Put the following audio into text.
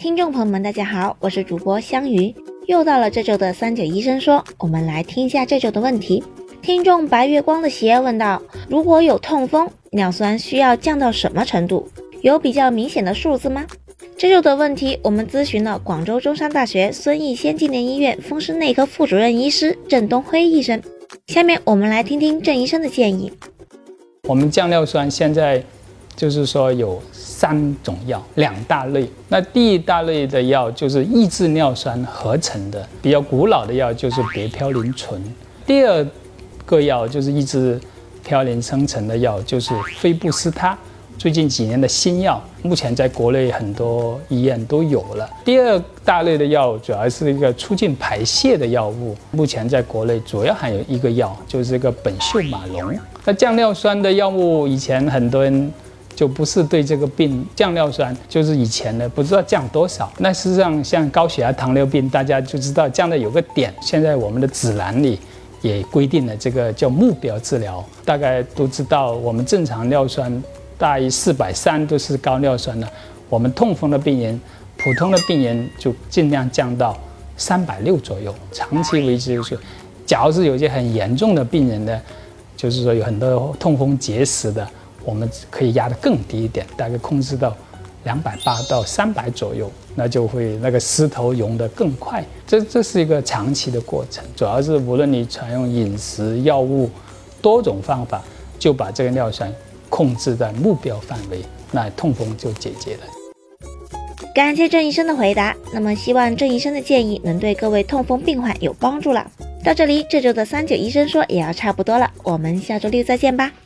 听众朋友们大家好，我是主播香鱼，又到了这周的3九医生说，我们来听一下这周的问题。听众白月光的喜爱问道，如果有痛风，尿酸需要降到什么程度？有比较明显的数字吗？这周的问题我们咨询了广州中山大学孙逸仙纪念医院风湿内科副主任医师郑东辉医生。下面我们来听听郑医生的建议。 我们降尿酸现在就是说有3种药，2大类。那第一大类的药就是抑制尿酸合成的，比较古老的药就是别嘌呤醇。第二个药就是抑制嘌呤生成的药，就是非布司他。最近几年的新药，目前在国内很多医院都有了。第二大类的药主要是一个促进排泄的药物，目前在国内主要还有一个药，就是这个苯溴马龙。那降尿酸的药物，以前很多人就不是对这个病降尿酸，就是以前呢不知道降多少。那事实上，像高血压、糖尿病，大家就知道降的有个点。现在我们的指南里也规定了这个叫目标治疗，大概都知道我们正常尿酸大于430都是高尿酸了。我们痛风的病人、普通的病人就尽量降到360左右。长期维持就是，假如是有些很严重的病人呢，就是说有很多痛风结石的，我们可以压得更低一点，大概控制到280到300左右，那就会那个石头溶得更快。这是一个长期的过程，主要是无论你采用饮食、药物多种方法，就把这个尿酸控制在目标范围，那痛风就解决了。 感谢郑医生的回答，那么希望郑医生的建议能对各位痛风病患有帮助了。到这里，这周的3九医生说也要差不多了，我们下周6再见吧。